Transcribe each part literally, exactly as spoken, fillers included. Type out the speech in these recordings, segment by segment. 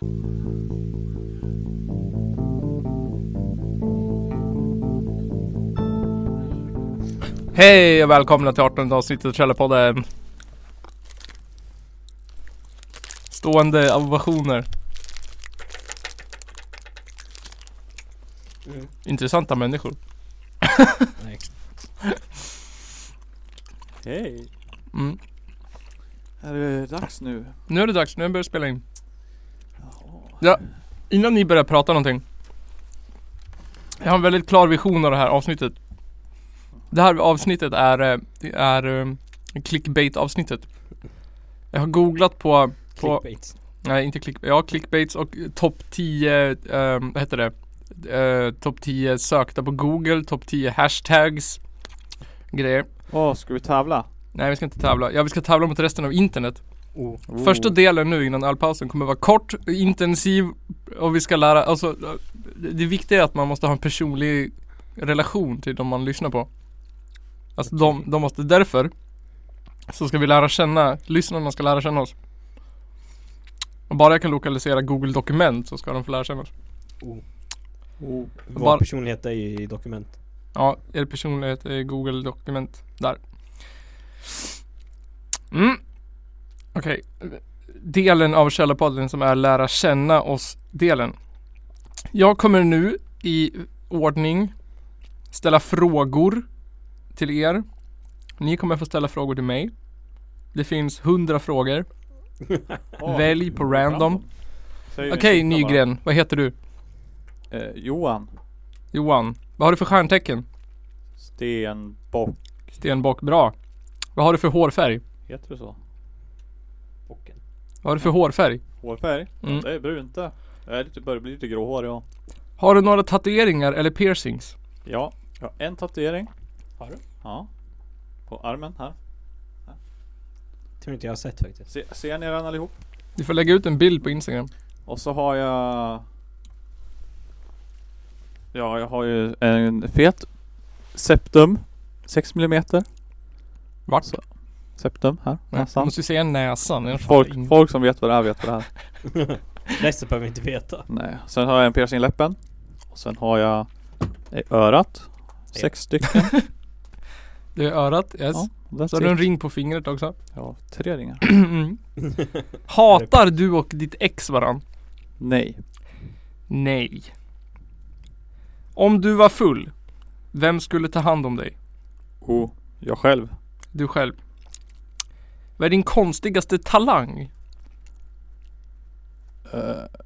Hej och välkomna till artonde avsnittet av Källarpodden. Stående ovationer. Mm. Intressanta människor. Nej. Hej. Mm. Är det dags nu? Nu är det dags, nu börjar jag spela in. Ja, innan ni börjar prata någonting. Jag har en väldigt klar vision av det här avsnittet. Det här avsnittet är, det är clickbait-avsnittet. Jag har googlat på... på Clickbaits. Nej, inte clickbait. Ja, clickbaits och topp tio, um, vad heter det? Uh, topp tio sökta på Google, topp tio hashtags, grejer. Åh, oh, ska vi tävla? Nej, vi ska inte tävla. Ja, vi ska tävla mot resten av internet. Oh. Oh. Första delen nu innan all pausen kommer vara kort, intensiv och vi ska lära, alltså det viktiga är att man måste ha en personlig relation till de man lyssnar på. Alltså Okay. de, de måste, därför så ska vi lära känna, lyssnarna ska lära känna oss. Och bara jag kan lokalisera Google dokument så ska de få lära känna oss. Oh. Oh. Vår Bara, personlighet är i dokument. ja, er personlighet är Google dokument. Där. Mm. Okej. Okay. Delen av Källarpodden som är lära känna oss delen. Jag kommer nu i ordning ställa frågor till er. Ni kommer få ställa frågor till mig. Det finns hundra frågor. Oh. Välj på random. Okej, okay, Nygren. Vad heter du? Eh, Johan. Johan. Vad har du för stjärntecken? Stenbock. Stenbock. Bra. Vad har du för hårfärg? Heter det så? Bocken. Vad har du för hårfärg? Hårfärg? Mm. Ja, det är brunt det. Jag är lite, börjar bli lite gråhårig, ja. Har du några tatueringar eller piercings? Ja, jag har en tatuering. Har du? Ja. På armen här. Tror inte jag har sett faktiskt. Se, ser ni den allihop? Du får lägga ut en bild på Instagram. Och så har jag... Ja, jag har ju en fet septum. sex millimeter. Vart? Så. Septum här. Jag Nästan. måste ju säga näsan. Folk, folk som vet vad det är vet vad det är. Resten behöver inte veta. Nej. Sen har jag en piercing i läppen. Och sen har jag i örat. Sex stycken. Det är örat, yes. Ja, så har du en ring på fingret också. Ja, tre ringar. Mm. Hatar du och ditt ex varann? Nej. Nej. Om du var full, vem skulle ta hand om dig? Oh, jag själv. Du själv. Vad är din konstigaste talang? Uh,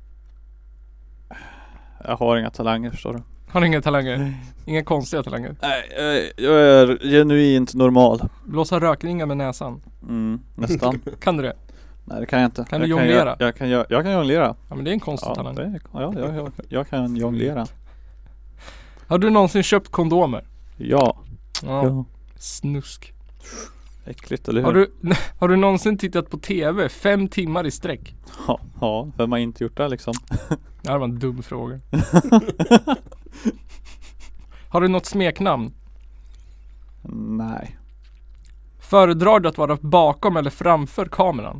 jag har inga talanger, förstår du. Har du inga talanger? Inga konstiga talanger? Nej, jag, jag är genuint normal. Blåsa rökringar med näsan? Mm, nästan. Kan du det? Nej, det kan jag inte. Kan du jag jonglera? Kan, jag, jag, kan, jag, jag kan jonglera. Ja, men det är en konstig Ja, talang. det är, ja jag, jag, jag kan jonglera. Har du någonsin köpt kondomer? Ja. Ja. Ja. Snusk. Äckligt, eller hur? Har du, har du någonsin tittat på tv fem timmar i sträck? Ja, ja, vem har inte gjort det liksom? Det här var en dum fråga. Har du något smeknamn? Nej. Föredrar du att vara bakom eller framför kameran?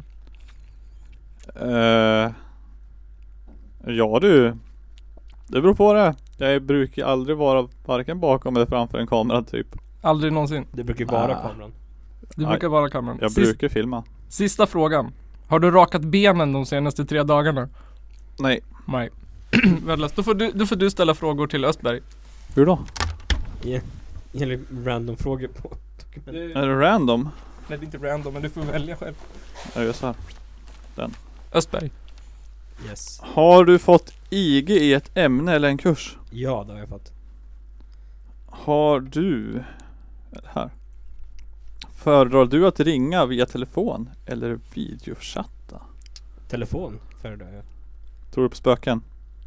Uh, ja du. Det beror på det. Jag brukar aldrig vara varken bakom eller framför en kamera typ. Aldrig någonsin. Det brukar ju vara Ah. kameran. Du brukar vara kameran. Jag Sist, brukar filma. Sista frågan. Har du rakat benen de senaste tre dagarna? Nej. Nej. Väl, då, får du, då får du ställa frågor till Östberg. Hur då? Yeah. Eller random frågor på dokument. Är det random? Nej, det är inte random, men du får välja själv. Jag gör så här. Östberg. Yes. Har du fått I G i ett ämne eller en kurs? Ja, det har jag fått. Har du här. Föredrar du att ringa via telefon eller videochatta? Telefon föredrar jag. Tror du på spöken?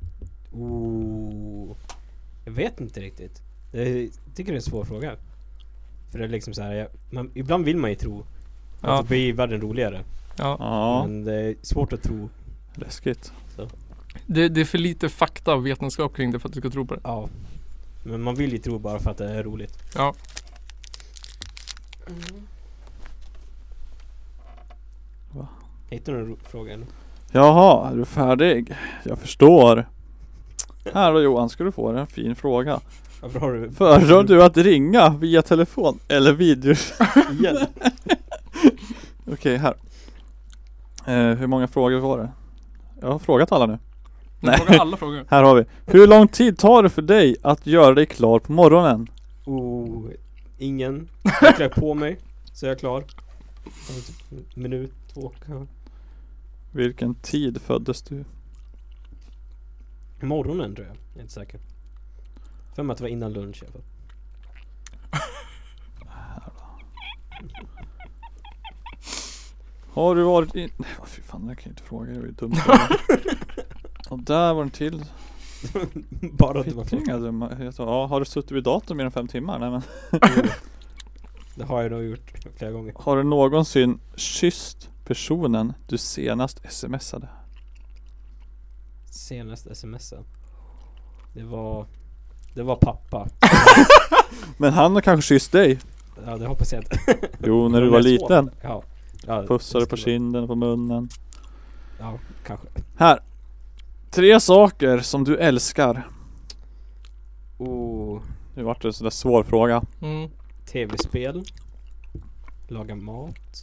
Oh. Jag vet inte riktigt. Jag tycker det är en svår fråga. För det är liksom så här, jag, man, ibland vill man ju tro att Ja. det blir världen roligare. Ja. Ja, Men det är svårt att tro. läskigt. Det, det är för lite fakta och vetenskap kring det för att du ska tro på det. Ja. Men man vill ju tro bara för att det är roligt. Ja. Mm. Va? Hittar du några ro- frågor? Jaha, är du färdig? Jag förstår. Här då Johan, ska du få en fin fråga. Varför har du... Föredrar du att ringa via telefon eller video? Igen? Okej, här. Eh, hur många frågor var det? Jag har frågat alla nu. Nej. Fråga alla frågor. Här har vi. Hur lång tid tar det för dig att göra dig klar på morgonen? Oh, ingen. Jag klär på mig, så är jag klar. Minut, två. Ja. Vilken tid föddes du? Morgonen tror jag, jag är inte säker. För mig att det var innan lunch i alla fall. Har du varit in... Nej, vad fy fan, jag kan inte fråga, det var ju dumt. Och där var en till. Bara att det var klart. Jag sa, ja, har du suttit vid datorn mer än fem timmar? Nej, men. Det har jag nog gjort flera gånger. Har du någonsin kysst personen du senast smsade? Senast sms'en. Det var... Det var pappa. Men han har kanske kysst dig? Ja, det hoppas jag inte. Jo, när du var liten. Ja. Ja, pussade på kinden och på munnen. Ja, kanske. Här. Tre saker som du älskar. Oh. Det vart en sån där svår fråga. Mm. Tv-spel. Laga mat.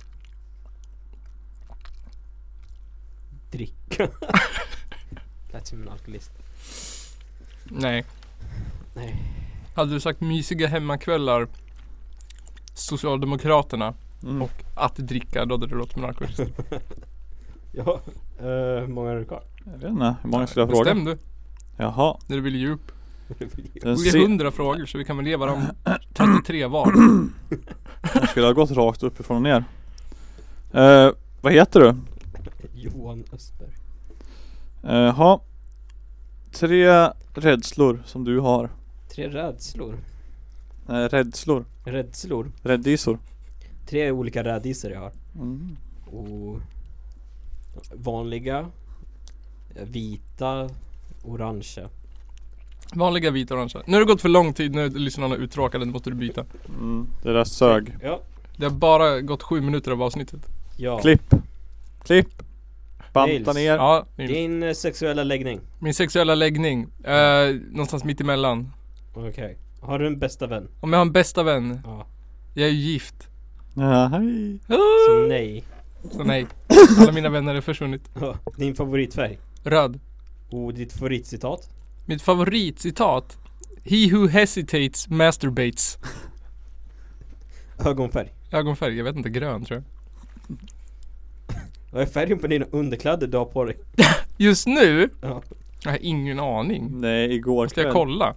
Dricka. Lät som en alkoholist. Nej. Nej. Hade du sagt mysiga hemmakvällar, Socialdemokraterna Mm. och att dricka, då hade det låtit som en alkoholist. Ja, uh, hur många är det kvar? Jag vet inte, hur många skulle jag fråga? Bestäm du, Jaha. när du vill ge upp. Den Det är se- hundra frågor så vi kan väl ge varandra trettiotre var. Jag skulle ha gått rakt uppifrån och ner. Eh, vad heter du? Johan Östberg. Jaha. Eh, tre rädslor som du har. Tre rädslor. Nej, rädslor. Rädslor. Räddisor. Tre olika rädisor jag har. Mm. Och vanliga, vita, orange. Vanliga vita och orangea. Nu har det gått för lång tid, nu är lyssnarna uttråkade, nu måste du byta. Mm. Det där sög. Ja. Det har bara gått sju minuter av avsnittet. Ja. Klipp. Klipp. Banta Nils. ner. Ja, Nils. Din eh, sexuella läggning. Min sexuella läggning, eh, någonstans mitt emellan. Okej. Okay. Har du en bästa vän? Om jag har en bästa vän, Ja. jag är ju gift. Ja, hej. Så nej. Så nej, alla mina vänner är försvunnit. Ja. Din favoritfärg? Röd. Och ditt favoritcitat? Mitt favoritcitat: He who hesitates masturbates. Ögonfärg? Ögonfärg, jag vet inte, grön tror jag. Vad är färgen på dina underkläder du har på dig? Just nu? Ja. Jag har ingen aning. Nej, igår Måste jag kväll. kolla?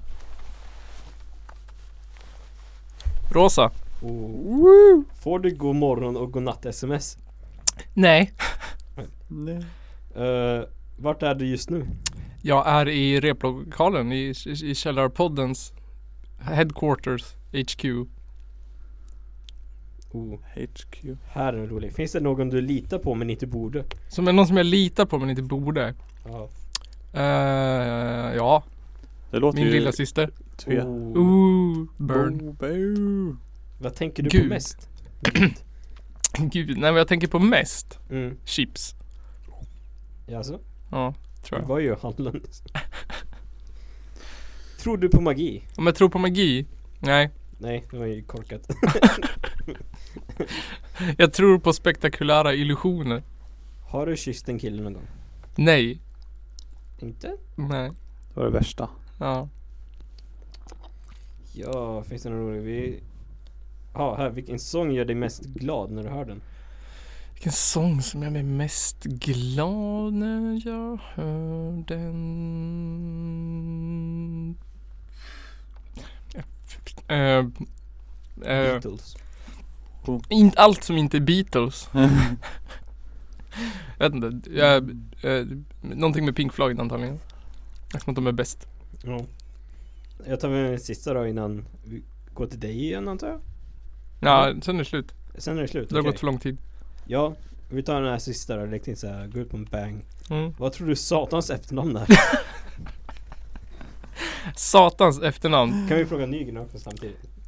Rosa. Oh. Får du god morgon och god natt sms? Nej. Nej. Uh, vart är du just nu? Jag är i replokalen i, i, i Källarpoddens headquarters, H Q. Oh. H Q. Här är en rolig. Finns det någon du litar på men inte borde? Som är någon som jag litar på men inte borde. Ja. Uh, ja, Det låter min ju lilla syster. tve. Oh. Ooh, burn. Bo, bo. Vad tänker du Gud. på mest? Gud, nej men jag tänker på mest Mm. chips. Jaså? Ja, tror Det jag. var ju handlande. Tror du på magi? Om jag tror på magi? Nej. Nej, det var ju korkat. Jag tror på spektakulära illusioner. Har du kysst en kille någon gång? Nej. Inte? Nej. Det var det värsta. Ja. Ja, finns det någon rolig? Vi... Ja, här. Vilken sång gör dig mest glad när du hör den? Vilken sång som gör mig mest glad när jag hör den? Uh, uh, Beatles. in, allt som inte är Beatles. Jag vet inte. Jag, uh, någonting med Pink Floyd antagligen. Jag tror att de är bäst. Ja. Jag tar väl en sista då innan vi går till dig igen, antar jag. Ja, sen är det slut. Sen är det slut. Det har okej. gått för lång tid. Ja, vi tar den här sista då. Lägg in så här, gå ut på en bang. Mm. Vad tror du satans efternamn är? Satans efternamn. Kan vi fråga Nygren också samtidigt?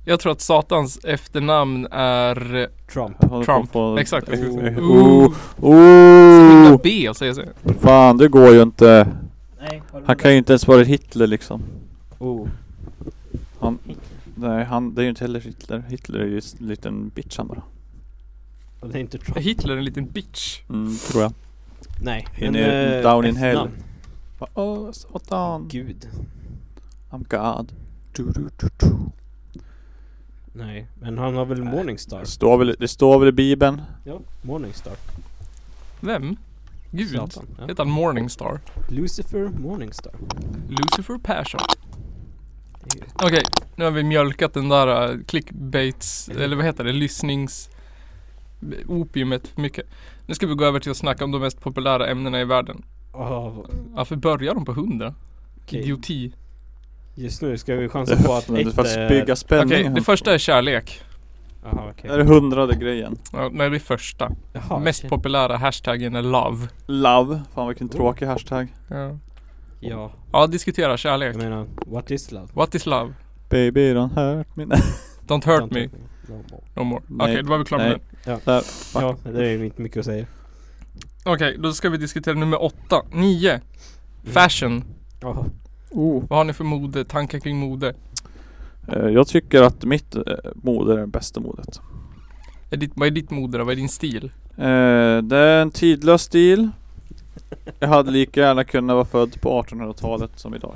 Jag tror att Satans efternamn är Trump. Jag håller på Trump. att få- Exakt. Oh, Oh. oh, Så himla oh. B och säga så. Fan, det går ju inte. Nej, Han kan ju inte ens vara Hitler liksom. Oh. Han, nej, han, det är ju inte heller Hitler. Hitler är ju en liten bitch han bara. Och det är inte Trump. Hitler är en liten bitch. Mm, tror jag. Nej. In i- down in hell. efternamn. Åh, satan. Gud. I'm God. Du, du, du, du. Nej, men han har väl Morningstar? Det står väl, det står väl i Bibeln. Ja, Morningstar. Vem? Gud. Satan, ja. Heter han Morningstar? Lucifer Morningstar. Lucifer Persson. Det är ju- Okej, nu har vi mjölkat den där uh, clickbaits, eller vad heter det, lyssnings opiumet för mycket. Nu ska vi gå över till att snacka om de mest populära ämnena i världen. Oh, Varför börjar de på hundra? okej. Idioti. Just nu ska vi chansa på att Det är ett för att är... bygga Okej, spänning. det första är kärlek. Jaha, okej. Det är det hundrade grejen. Ja, nej, det är första. Jaha, Mest shit. populära hashtaggen är love. Love. Fan vilken tråkig hashtag. Ja, Ja, ja diskutera kärlek. jag menar, what is love? What is love? Baby don't hurt me. Don't hurt Don't me. hurt me. No more. No more. Nej, Okej, då var vi klara med nej. den. Där. Ja, det är ju inte mycket att säga. Okej, då ska vi diskutera nummer åtta. Nio. Fashion. Jaha. Oh. Vad har ni för mode? Tankar kring mode? Eh, Jag tycker att mitt eh, mode är det bästa modet. Är ditt, vad är ditt mode då? Vad är din stil? Eh, det är en tidlös stil. Jag hade lika gärna kunnat vara född på artonhundratalet som idag.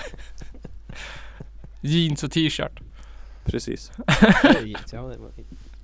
Jeans och t-shirt. Precis. Oj, ja, det var...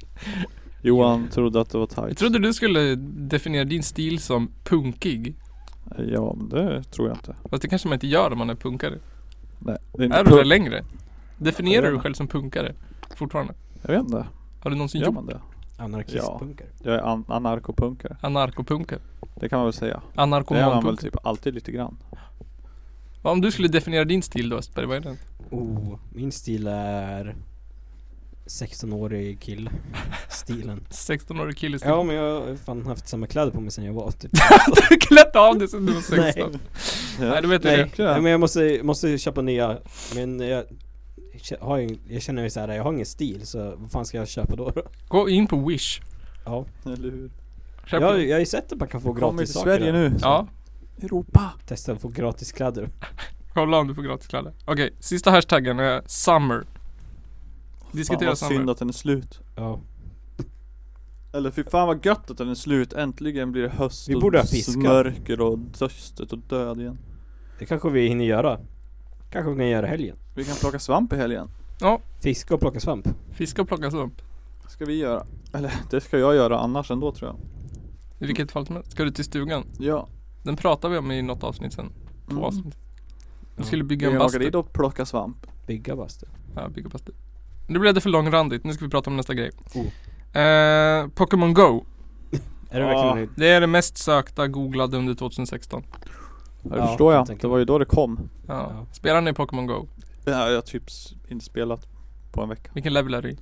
Johan trodde att det var Jag tight. trodde du skulle definiera din stil som punkig. Ja, men det tror jag inte. Fast det kanske man inte gör om man är punkare. Nej, det är inte Är du punk- det längre? Definierar Jag du vet själv som punkare? Fortfarande? Jag vet inte. Har du någonsin Gör gjort man det? Anarkistpunkare. Jag är an- anarkopunkare. anarkopunkare? Det kan man väl säga. Det är man väl Anarkomanpunkare? typ alltid lite grann. Ja, om du skulle definiera din stil då Östberg, vad är den? Oh, min stil är sexton-årig kill. Stilen. sexton-årig kille stil. Ja, men jag har fan haft samma kläder på mig sen jag var typ. Du klätt av dig sen du var sexton. Nej. Nej, du vet Nej, det. nej, men jag måste, måste köpa nya. Men jag, jag, har ju, jag känner ju så här, jag har ingen stil, så vad fan ska jag köpa då? Gå in på Wish. Ja. Eller hur? Köp Jag, jag har ju sett att man kan få Kommer gratis till saker Sverige där. nu. Ja, Europa. Testa att få gratis kläder. kolla om du får gratis kläder. Okej, sista hashtaggen är summer. Fan Diskutera vad synd summer. att den är slut. Ja. Eller fy fan vad gött att den är slut. Äntligen blir det höst Vi och borde ha fiskat. mörker och döstet och död igen. Det kanske vi hinner göra. Kanske vi kan göra helgen. Vi kan plocka svamp i helgen. Ja, Fiska och plocka svamp. fiska och plocka svamp. Ska vi göra. Eller det ska jag göra annars ändå tror jag. I vilket fall som helst. Ska du till stugan? Ja. Den pratar vi om i något avsnitt sen. Två Mm. avsnitt. Vi Ja. skulle Vi bygga kan en åka bastu. dit och plocka svamp. Bygga bastu. Ja, bygga bastu. Nu blev det för långrandigt. Nu ska vi prata om nästa grej. Oh. Eh, Pokémon Go. Är det Ja. verkligen... Det är det mest sökta googlade under tjugohundrasexton. Ja, det Ja, förstår jag jag. tänker Det var ju då det kom. Ja. Ja. Spelar ni Pokémon Go? Ja, jag har typ s- inte spelat på en vecka. Vilken level är du i?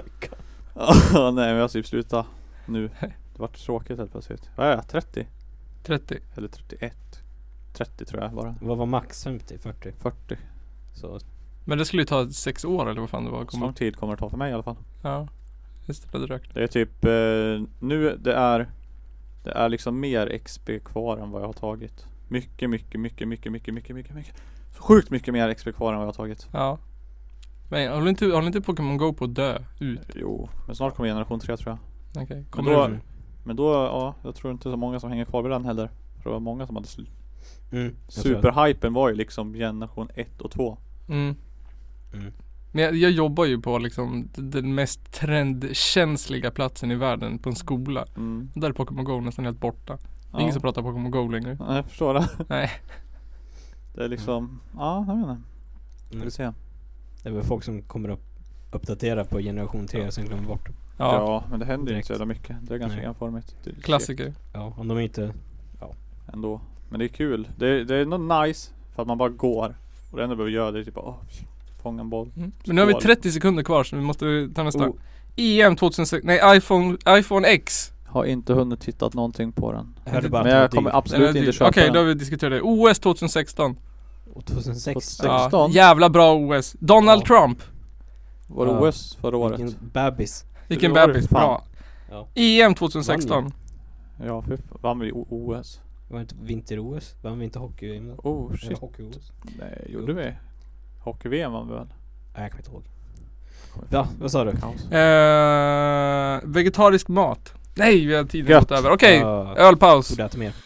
Ja, nej men jag har typ slutat nu. Det vart tråkigt helt plötsligt. Vad är jag? trettio? trettio. Eller trettioett? trettio tror jag bara. Vad var max? femtio? fyrtio? fyrtio. Så Men det skulle ju ta sex år eller vad fan det var. Så lång tid kommer det ta för mig i alla fall. Ja. Just det, det rökt. Det är typ eh, nu det är det är liksom mer X P kvar än vad jag har tagit. Mycket, mycket, mycket, mycket, mycket, mycket, mycket, mycket. Så sjukt mycket mer X P kvar än vad jag har tagit. Ja. Men håller inte, håller inte Pokémon Go på att dö ut? Jo, men snart kommer generation tre tror jag. Okej. Men Kommer då, du? men då, ja, jag tror inte så många som hänger kvar vid den heller. För det var många som hade slut. mm, jag tror Superhypen var ju liksom generation ett och två. Mm. att- mm. Men jag, jag jobbar ju på liksom d- den mest trendkänsliga platsen i världen på en skola. Mm. Där är Pokémon Go nästan helt borta. Ja. Ingen som pratar Pokémon Go längre. Nej, jag förstår det. Nej. Det är liksom, ja, jag vet inte. Ska Mm. vi se. Det är väl folk som kommer att uppdatera på generation tre och sen glömmer bort. Ja. Ja, men det händer ju inte Direkt. så jävla mycket. Det är ganska Nej. enformigt. Det är Klassiker. Ja, om de inte... ändå. Men det är kul. Det är, det är nog nice för att man bara går. Och det enda du behöver göra det är typ åh, fånga en boll. Mm. Men nu har vi Skål. trettio sekunder kvar så vi måste ta nästa. Oh. E M tjugohundrasex. Nej, iPhone, iPhone X. Har inte hunnit titta någonting på den. Jag hörde bara Men att jag det kommer var dyrt. absolut Den är inte dyr. köpa Okej, den. då har vi diskuterat det. O S tjugohundrasexton. Och tjugohundrasexton. sexton. Ja, jävla bra O S. Donald Ja. Trump. Var det Ja. O S förra året? Vilken bebis. Vilken Det var det bebis, fan. bra. Ja. E M tjugohundrasexton. Ja, för vann vi O- OS? Det var inte vinter-O S. Vann vi inte hockey-V M då? Oh Eller shit. hockey-O S? Nej, gjorde vi? Hockey-V M vann vi väl? Nej, jag kommer inte ihåg. Ja, vad sa du? Kaos. Eh, vegetarisk mat. Nej, vi har tiden Gött. gått över. Okej, Ja, ölpaus. borde äta mer.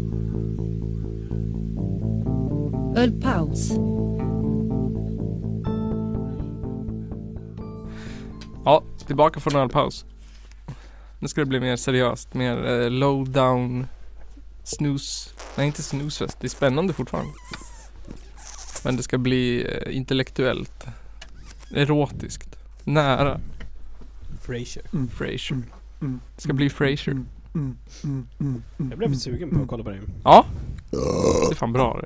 Ölpaus. Ja, tillbaka från ölpaus. Nu ska det bli mer seriöst, mer eh, low down snooze. Nej, inte snoozefest. Det är spännande fortfarande. Men det ska bli eh, intellektuellt. Erotiskt. Nära Frasier. Frasier. Mm. Det ska bli Frasier. Mm. Mm. Mm. Jag blev sugen på att kolla på det. Ja. Det är fan bra det.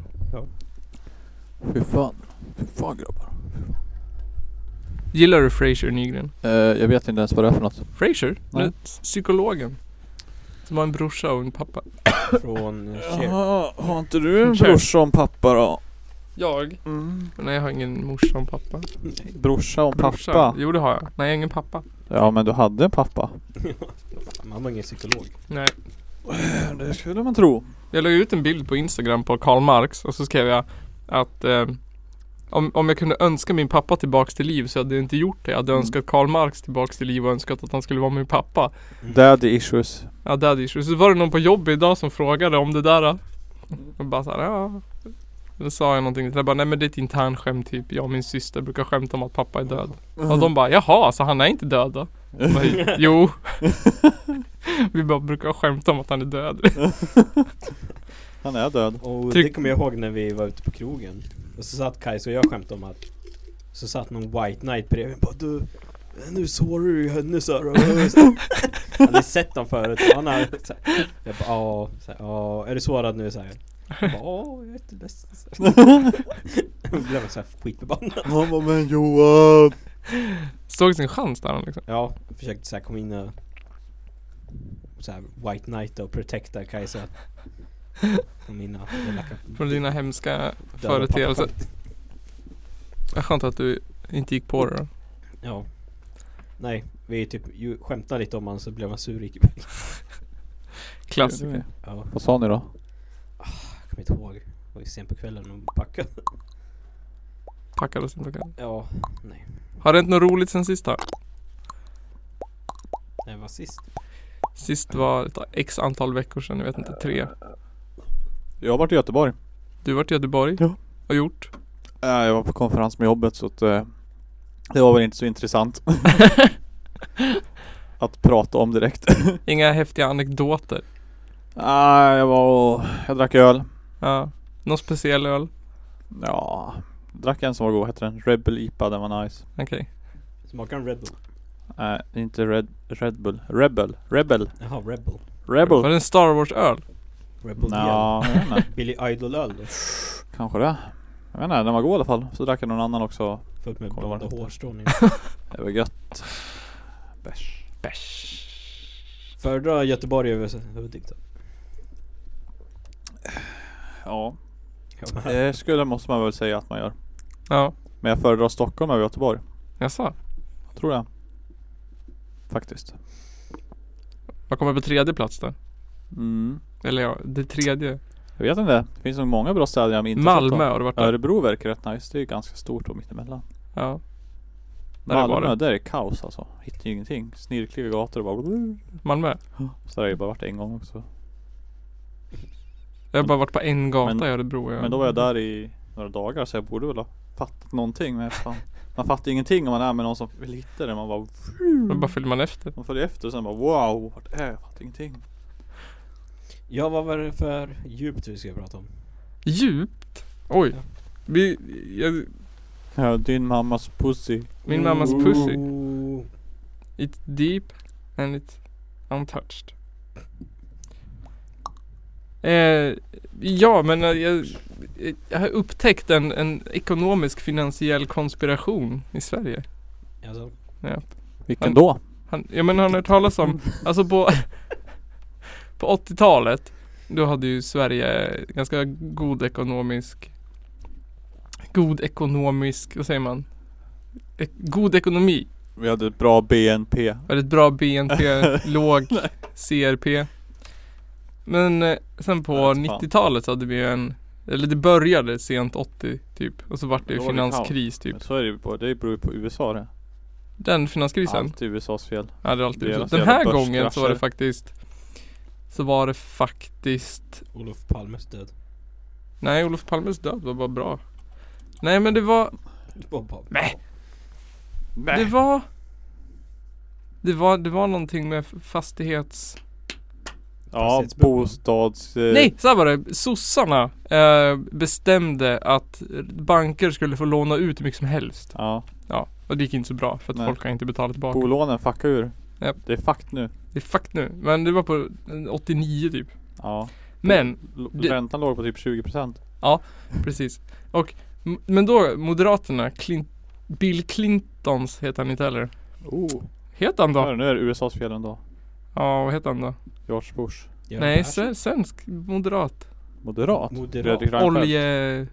Fy fan. Fy fan grabbar. Gillar du Frasier, Nygren? Eh, jag vet inte ens vad det är för något. Frasier? Nej. Nej. Psykologen. Som har en brorsa och en pappa. Från Cher. Jaha, har inte du en Kör. brorsa och en pappa då? Jag? Mm. Nej, jag har ingen morsa och en pappa. Brorsa och en Brorsa? pappa? Jo, det har jag. Nej, jag har ingen pappa. Ja, men du hade en pappa. Man var ingen psykolog. Nej. Det skulle man tro. Jag la ut en bild på Instagram på Karl Marx och så skrev jag att eh, om, om jag kunde önska min pappa tillbaks till liv så hade jag inte gjort det. Jag hade Mm. önskat Karl Marx tillbaks till liv och önskat att han skulle vara min pappa. Daddy issues. Ja, det hade ju. Så var det någon på jobb idag som frågade om det där. Och bara såhär, ja. Då sa jag någonting. Jag bara, nej men det är ett intern skämt typ. Jag och min syster brukar skämta om att pappa är död. Och de bara, jaha, så han är inte död då? Jag bara, jo. Vi bara brukar skämta om att han är död. Han är död. Och Tryck- det kommer jag ihåg när vi var ute på krogen. Och så satt Kajs och jag skämtade om att så satt någon white knight bredvid och bara, du, nu sårar du henne så här. Han hade sett dem förut och han har så här, jag bara, ja, så här, ja, är du sårad nu så här. Jag bara, ja, jag är inte ledsen. Då blev jag så här skitförbannad. Han var men Johan. Såg sin chans där liksom. Ja, jag försökte så här komma in och så här white knight och protecta Kajsa från mina elaka Från dina hemska döda företeelser. pappa. Jag skönt att du inte gick på det då. Ja. Nej, vi typ ju skämtade lite om han så blev han sur och gick iväg. Klassiker. Ja, Vad sa ni då? jag kommer inte ihåg. Det var ju sent på kvällen och packade. Packades inte okej. Ja, nej. Har det hänt något roligt sen sist då? Det var sist. Sist var ett x antal veckor sedan, jag vet inte, tre. Jag har varit i Göteborg. Du har varit i Göteborg? Ja. Och gjort? Äh, jag var på konferens med jobbet så att eh, det var väl inte så intressant att prata om direkt. Inga häftiga anekdoter? Nej, jag var och jag drack öl. Ja. Någon speciell öl? Ja, drack en som var god, heter den Rebel I P A, den var nice. Okej. Smakar en Red Bull? Nej, inte Red, Red Bull. Rebel. Rebel. Jaha, Red Bull. Var Rebel. det en Star Wars öl? Red Bull Ja, jag vet inte. Billy Idol-öl då. Kanske det. Jag vet inte, den var god i alla fall. Så drack jag någon annan också. Fullt med Kommer blonda vara det. hårstrån. Det var gött. Bärs. Bärs. Föredrar Göteborg över Hudik då? Ja, Ja, men- det skulle måste man väl säga att man gör. Ja. Men jag föredrar Stockholm över Göteborg. Jaså? Tror jag. Faktiskt. Vad kommer på tredje plats då? Mm. Eller ja, det tredje. Jag vet inte. Det finns nog många bra städer jag inte har Malmö sett om. har du varit där? Örebro verkar rätt nice. Det är ju ganska stort och mittemellan. Ja. Där var Malmö, det. där är kaos alltså. Hittar ju ingenting. Snirkliga gator och bara... Malmö? Så där har jag ju bara varit en gång också. Jag har bara varit på en gata Men- i Örebro. Ja. Men då var jag där i några dagar så jag borde väl ha fattat någonting. Men fan, man fattar ingenting om man är med någon som vill hitta det. Man bara... Då bara följer man efter. Man följer efter och sen bara wow, vart är jag? Jag fattar ingenting. Ja, vad var det för djupt vi ska prata om? Djupt? Oj. Ja. Vi, jag, Ja, din mammas pussy. min mammas pussy. Ooh. It's deep and it's untouched. Eh, ja, men eh, jag, jag har upptäckt en, en ekonomisk finansiell konspiration i Sverige. Alltså, Ja. Vilken Han- då? Han, ja, men han har hört talas om, alltså på, på åttiotalet, då hade ju Sverige ganska god ekonomisk, god ekonomisk, vad säger man? ek- god ekonomi. Vi hade ett bra B N P. Väldigt bra B N P, låg C R P. Men eh, sen på Nej, fan. nittiotalet så hade vi en, eller det började sent åttio typ. Och så vart det Då var det finanskris typ. Men så är det ju på, det beror ju på U S A det. Den finanskrisen. Alltid U S A:s fel. Ja, det är alltid Deras Den jävla här gången så var det börskrascher. faktiskt Så var det faktiskt Olof Palmes död. Nej, Olof Palmes död var bara bra. Nej, men det var Det var bara- Nej. Nej. Det var Det var, det var någonting med fastighets Ja, fastighetsbubblan. bostads... Eh, Nej, så här var det. Sossarna eh, bestämde att banker skulle få låna ut hur mycket som helst. Ja, Ja, och det gick inte så bra för att Nej. folk kan inte betala tillbaka. bolånen fuckar ur. Japp. Det är fakt nu. Det är fuck nu. Men det var på åttionio typ. Ja. Men, L- det- Räntan låg på typ tjugo procent. precis. Och, m- men då, Moderaterna, Clint, Bill Clintons heter han inte heller. Oh. Heter han då? Hör, nu är det U S A:s fel ändå. Ja, vad heter han då? George Bush. Göran Nej, Persson. sve- svensk moderat. Moderat. Moderat. Fredrik Reinfeldt. Olje...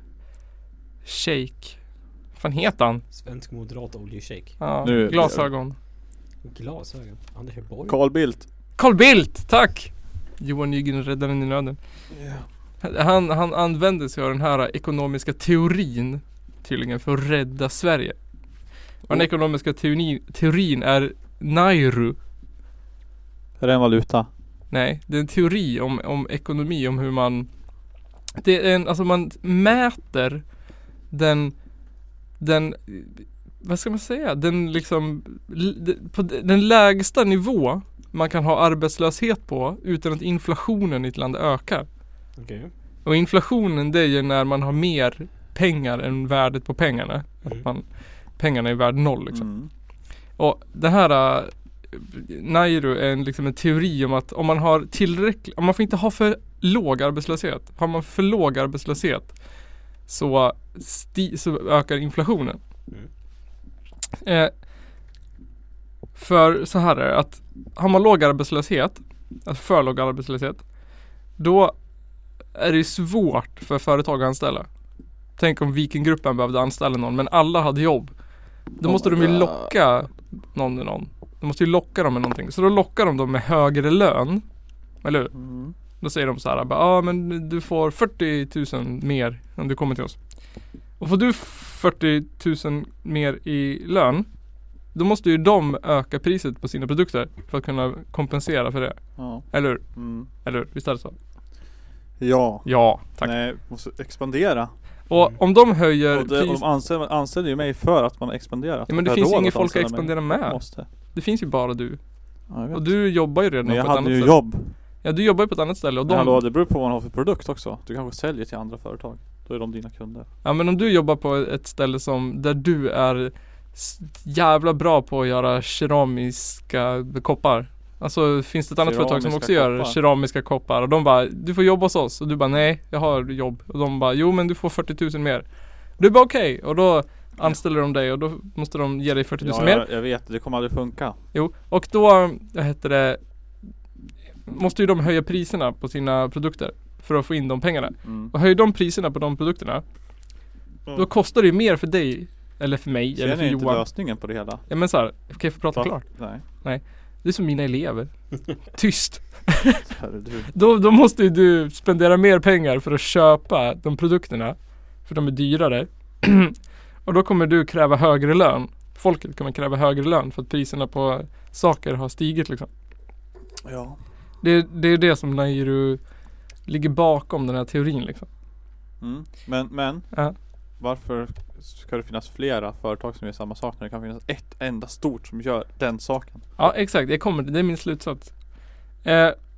Shake. Fan heter han? Svensk moderat oljeshejk. Ja, Nu- glasögon. Glasögon. Anders Borg. Carl Bildt. Carl Bildt, tack! Johan Nygren, räddaren i nöden. Han, han använde sig av den här ekonomiska teorin tydligen för att rädda Sverige. Och den Oh. ekonomiska teorin, teorin är Nairu. Är det en valuta? Nej, det är en teori om, om ekonomi, om hur man det är en, alltså man mäter den den vad ska man säga, den liksom l- på den lägsta nivå man kan ha arbetslöshet på utan att inflationen i ett land ökar. Okej. Och inflationen, det är ju när man har mer pengar än värdet på pengarna. Mm. Att man, pengarna är värd noll liksom. Mm. Och det här uh, Nairu är en, liksom en teori om att om man har tillräckligt, om man får inte ha för låg arbetslöshet. Har man för låg arbetslöshet så, sti, så ökar inflationen. Mm. Eh, för så här är det att har man låg arbetslöshet, alltså för låg arbetslöshet, då är det svårt för företag att anställa. Tänk om Vikinggruppen behövde anställa någon men alla hade jobb. Då Oh måste my de ju God. locka någon med någon. De måste ju locka dem med någonting. Så då lockar de dem med högre lön. Eller hur? Mm. Då säger de så här, ja ah, men du får fyrtio tusen mer om du kommer till oss. Och får du fyrtio tusen mer i lön, då måste ju de öka priset på sina produkter för att kunna kompensera för det. Ja. Eller hur? Mm. Eller hur? Visst är det så? Ja. Ja, tack. Nej, måste expandera. Och om de höjer Och, det, och pris... de anställer, anställer ju mig för att man har expanderat. Ja, men det Jag har finns ju råd inget att folk att anställa mig. expandera med. Måste. Det finns ju bara du. Ja, jag vet. Och du jobbar ju redan Men jag på ett hade annat ju ställe. jobb. Ja, du jobbar ju på ett annat ställe och Men hallå, de... det beror på vad man har för produkt också. Du kanske säljer till andra företag. Då är de dina kunder. Ja, men om du jobbar på ett ställe som där du är s- jävla bra på att göra keramiska koppar. Alltså finns det ett annat företag som Keramiska också gör koppar. keramiska koppar och de bara, du får jobba hos oss och du bara, nej, jag har jobb. Och de bara, jo men du får fyrtio tusen mer. Du bara okej, och då anställer de dig och då måste de ge dig fyrtio tusen Ja, mer. jag, jag vet. Det kommer aldrig funka. Jo, och då, vad heter det, måste ju de höja priserna på sina produkter för att få in de pengarna. Mm. Och höjer de priserna på de produkterna, då kostar det ju mer för dig, eller för mig, Ser eller för ni inte Johan. lösningen på det hela? Ja men såhär, kan jag få prata Va? klart? Nej. Det är som mina elever. Tyst. Herre du. Då, då måste ju du spendera mer pengar för att köpa de produkterna. För de är dyrare. Och då kommer du kräva högre lön. Folket kommer kräva högre lön för att priserna på saker har stigit liksom. Ja. Det, det är det som Nairu ligger bakom den här teorin liksom. Mm. Men, men. Ja. Varför ska det finnas flera företag som gör samma sak när det kan finnas ett enda stort som gör den saken? Ja exakt, det kommer, det är min slutsats. Eh,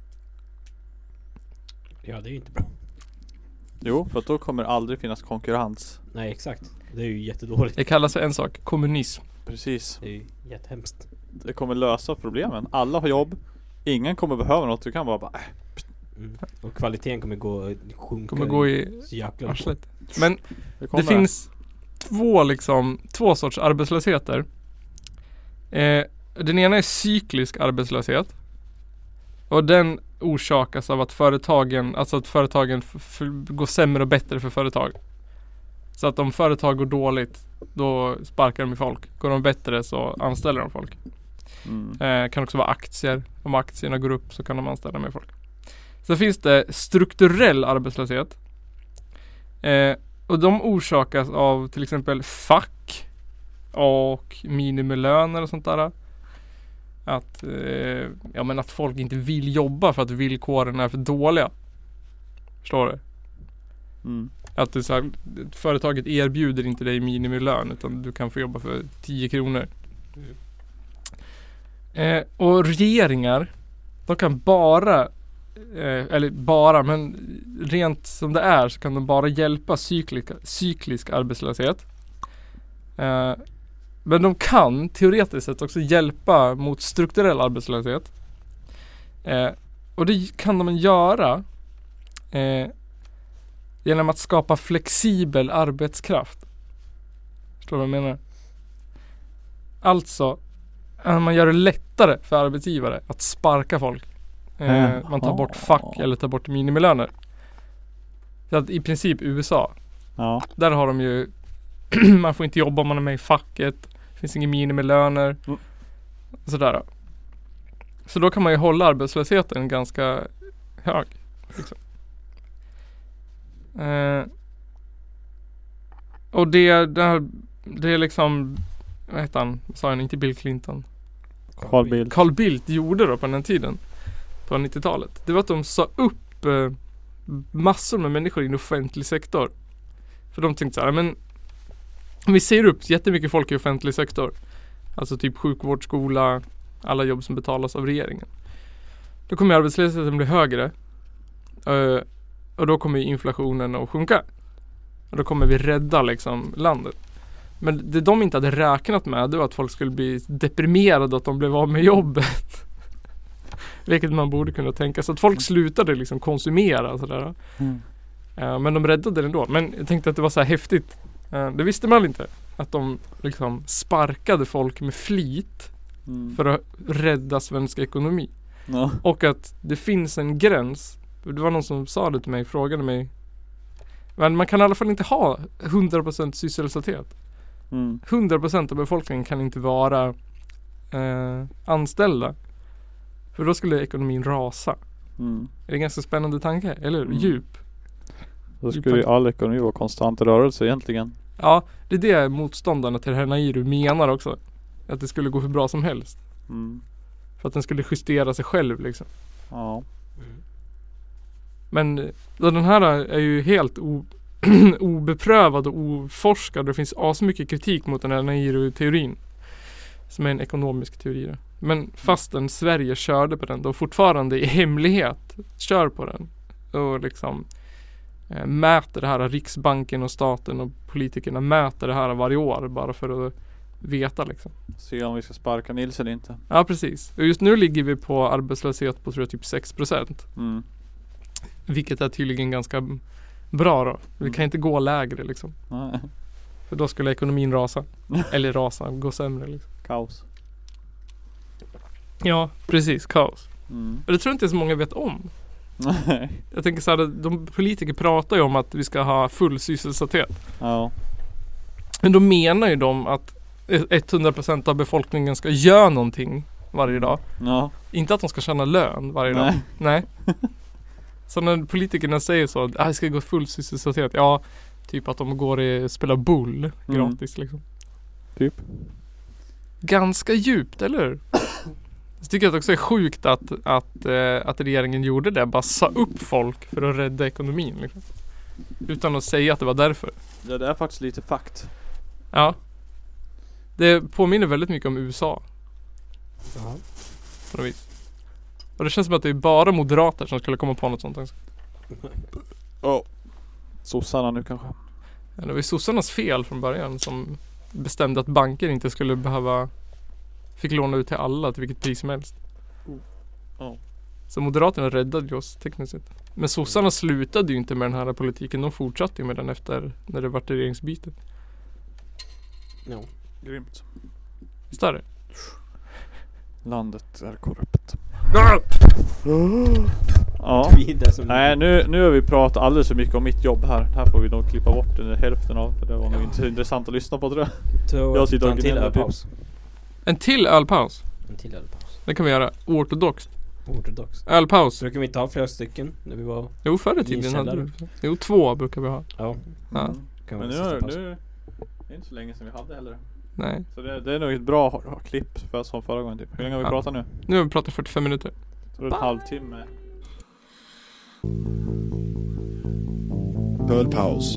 Ja, det är ju inte bra. Jo, för att då kommer det aldrig finnas konkurrens. Nej, exakt. Det är ju jättedåligt. det kallas för en sak, kommunism. Precis. Det är ju jättehemskt. Det kommer lösa problemen. Alla har jobb. Ingen kommer behöva något. Du kan bara bara äh, Mm. Och kvaliteten kommer gå sjunka. Kommer gå i så jäkla arslet. Men det kommer. det finns två liksom, två sorts arbetslösheter. Eh, den ena är cyklisk arbetslöshet. Och den orsakas av att företagen, alltså att företagen f- f- går sämre och bättre för företag. Så att om företag går dåligt, då sparkar de i folk. Går de bättre så anställer de folk. Mm. Eh, kan också vara aktier. Om aktierna går upp så kan de anställa mer folk. Sen finns det strukturell arbetslöshet. Eh, och de orsakas av till exempel fack och minimilöner och sånt där. Att, eh, ja, men att folk inte vill jobba för att villkoren är för dåliga. Förstår du? Mm. Att du, så här, företaget erbjuder inte dig minimilön utan du kan få jobba för tio kronor. Mm. Eh, och regeringar, de kan bara, eh, eller bara, men rent som det är så kan de bara hjälpa cyklisk, cyklisk arbetslöshet. Eh, men de kan teoretiskt sett också hjälpa mot strukturell arbetslöshet. Eh, och det kan de göra eh, genom att skapa flexibel arbetskraft. Förstår du vad jag menar? Alltså, man gör det lättare för arbetsgivare att sparka folk. Eh, man tar bort fack eller tar bort minimilöner. Så att i princip U S A, Ja. där har de ju man får inte jobba om man är med i facket. Det finns inga minimilöner. Mm. Sådär. Så då kan man ju hålla arbetslösheten ganska hög. Liksom. Eh, och det, det, här, det är liksom, vad heter han? Sa han inte Bill Clinton? Carl Bildt. Carl Bildt gjorde då på den tiden, på nittiotalet. Det var att de sa upp eh, massor med människor i en offentlig sektor. För de tänkte så här, men om vi ser upp jättemycket folk i offentlig sektor, alltså typ sjukvård, skola, alla jobb som betalas av regeringen, då kommer arbetslösheten bli högre. Uh, och då kommer inflationen att sjunka. Och då kommer vi rädda liksom landet. Men det de inte hade räknat med, det var att folk skulle bli deprimerade att de blev av med jobbet. Vilket man borde kunna tänka. Så att folk slutade liksom konsumera. Sådär. Mm. Uh, men de räddade det ändå. Men jag tänkte att det var så här häftigt. Uh, det visste man inte. Att de liksom sparkade folk med flit Mm. för att rädda svensk ekonomi. Ja. Och att det finns en gräns. Det var någon som sa det till mig, frågade mig. Men man kan i alla fall inte ha hundra procent sysselsatthet. Mm. hundra procent av befolkningen kan inte vara eh, anställda. För då skulle ekonomin rasa. Mm. Är det en ganska spännande tanke? Eller hur? Mm. Djup. Då skulle ju all ekonomi vara konstant rörelse egentligen. Ja, det är det motståndarna till det här Nairu menar också. Att det skulle gå hur bra som helst. Mm. För att den skulle justera sig själv liksom. Ja. Men då den här är ju helt o- obeprövad och oforskad. Det finns asmycket kritik mot den här Nairu-teorin. Som är en ekonomisk teori. Då. Men fastän Sverige körde på den då fortfarande i hemlighet kör på den. Och liksom eh, mäter det här, Riksbanken och staten och politikerna mäter det här varje år bara för att veta liksom. Se om vi ska sparka Nils eller inte. Ja, precis. Och just nu ligger vi på arbetslöshet på tror jag typ sex procent. Mm. Vilket är tydligen ganska bra då. Vi kan inte gå lägre liksom. Nej. För då skulle ekonomin rasa. Eller rasa, gå sämre liksom. Kaos. Ja, precis. Kaos. Mm. Och det tror jag inte så många vet om. Nej. Jag tänker så här, de politiker pratar ju om att vi ska ha full sysselsatthet. Ja. Men då menar ju de att hundra procent av befolkningen ska göra någonting varje dag. Ja. Inte att de ska tjäna lön varje dag. Nej. Nej. Så när politikerna säger så att jag ska gå full sysselsatthet. Ja, typ att de går och spelar bull gratis liksom. Typ. Ganska djupt, eller hur? Jag tycker att det också är sjukt att, att, eh, att regeringen gjorde det. Bara sa upp folk för att rädda ekonomin liksom. Utan att säga att det var därför. Ja, det är faktiskt lite fakt. Ja. Det påminner väldigt mycket om U S A. Ja. På något vis. Och det känns som att det är bara moderater som skulle komma på något sånt också. Ja. Oh. Sossarna nu kanske. Ja, det var ju sossarnas fel från början som bestämde att banker inte skulle behöva fick låna ut till alla till vilket pris som helst. Oh. Oh. Så moderaterna räddade oss tekniskt sett. Men sossarna slutade ju inte med den här politiken. De fortsatte ju med den efter när det var regeringsbyte. Ja. Grymt. Visst är det? Landet är korrupt. Ja. vidare som... Nej, nu, nu har vi pratat alldeles för mycket om mitt jobb här. Här får vi nog klippa bort den hälften av, för det var nog inte så intressant att lyssna på, tror jag. Så Jag sitter ta och en till gnäller ölpaus. En till ölpaus. En till ölpaus. Det kan vi göra. Ortodox. Ortodox. Ölpaus. Så kan vi inte ha flera stycken när vi var... Jo, förr i Ni tiden källare. hade vi. Jo, två brukar vi ha. Ja. Ja. Mm. Kan Men vi nu, sista är- paus. nu det är inte så länge sedan vi hade heller. Nej. Så det, det är nog ett bra ha- ha- klipp för, som förra gången typ. Hur länge har vi Ja. pratat nu? Nu har vi pratat fyrtiofem minuter. Så det är en halvtimme. Ölpaus.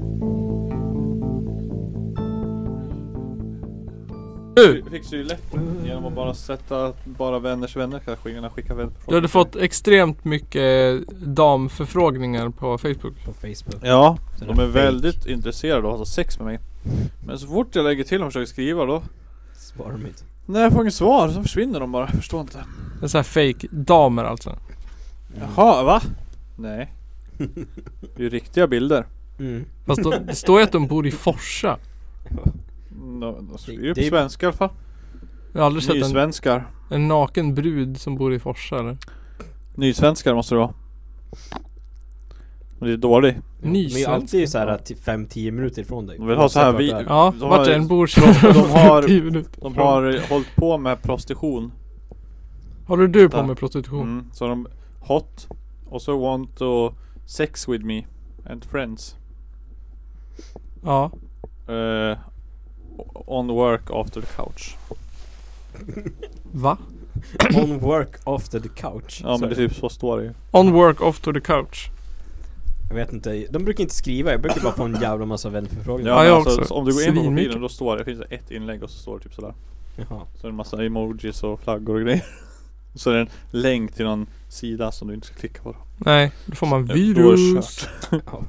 Nu! Du fick ju lätt genom att bara sätta bara vänners vänner kanske innan jag skickar vänner. Du hade fått extremt mycket damförfrågningar på Facebook. På Facebook. Ja, Så de det är är fake. väldigt intresserade av att ha sex med mig. Men så fort jag lägger till och försöker skriva då, Svarar de inte. nej jag får inget svar, så försvinner de bara, jag förstår inte. Det är så här fake damer alltså. Mm. Jaha, va? Nej. Det är ju riktiga bilder. Mm. Fast då, det står ju att de bor i Forsa. De, de skriver ju Det- på det- svenska i alla fall. Jag har aldrig sett en, Nysvenskar. en naken brud som bor i Forsa eller? Nysvenskar måste det vara. Men det är dålig. Men ju Nysvenska. alltid så här till fem till tio minuter ifrån dig. De vill ha så här vi- Ja, De vart har- jag än bor så de- de har- tio minuter. De har hållit på med prostitution. Håller du på Ja. med prostitution? Mm. Så de hot och så want to sex with me and friends. Ja. Uh, on work after the couch. Va? On work after the couch. Ja Så men det är typ så står det ju. On work off to the couch. Jag vet inte, de brukar inte skriva, jag brukar bara få en jävla massa vänförfrågningar. Ja, men jag alltså, också. så om du går in på Svinmycket. profilen då står det, det finns ett inlägg och så står det typ sådär. Jaha. Så är det en massa emojis och flaggor och grejer. Och så är det en länk till någon sida som du inte ska klicka på. Nej, då får man Så, då är det virus. kört. Ja.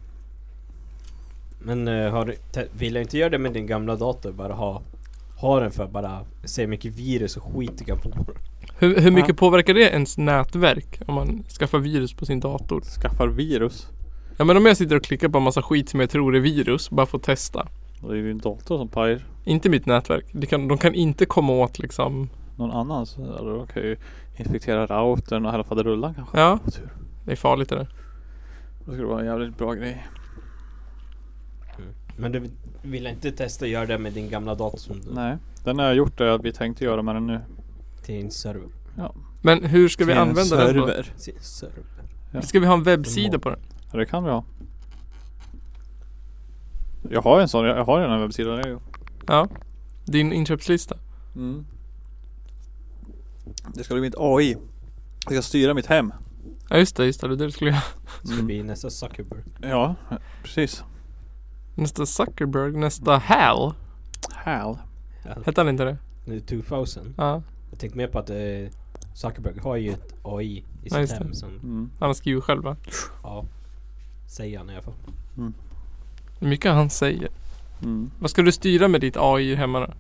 Men uh, har du, te- vill jag inte göra det med din gamla dator, bara ha ha den för bara se hur mycket virus och skit du kan få. Hur, hur mycket Ja. påverkar det ens nätverk om man skaffar virus på sin dator? Skaffar virus. Ja men om jag sitter och klickar på en massa skit som jag tror är virus, bara för att testa. Och det är ju din dator som pajar. Inte mitt nätverk. De kan, de kan inte komma åt liksom. Någon annan så då kan ju infektera routern och i alla fall rullan kanske. Ja, På tur. det är farligt det där. Det skulle vara en jävligt bra grej. Men du vill inte testa att göra det med din gamla dator som du, Nej, den har jag gjort det vi tänkte göra med den nu. till en server. Men hur ska vi Till en använda den då? server. Sin server. Ja. Ska vi ha en webbsida på den? Ja, det kan vi ha. Jag har en sån, jag har redan en webbsida. Det är ju. Ja. Din inköpslista. Mm. Det ska bli mitt A I. Jag ska styra mitt hem. Ja just det, just det. Det är det du skulle göra. Ska Mm. bli nästa Zuckerberg. Ja, precis. Nästa Zuckerberg, nästa Hal. Hal. Hette han inte det? Nu tusen. Ja. Jag tänkte mer på att eh, Zuckerberg har ju ett A I i Ja, sitt just hem det. som, Mm. Han har skrivit själv va? ja, säger han i alla fall. Hur mycket han säger. Mm. Vad ska du styra med ditt A I hemma då?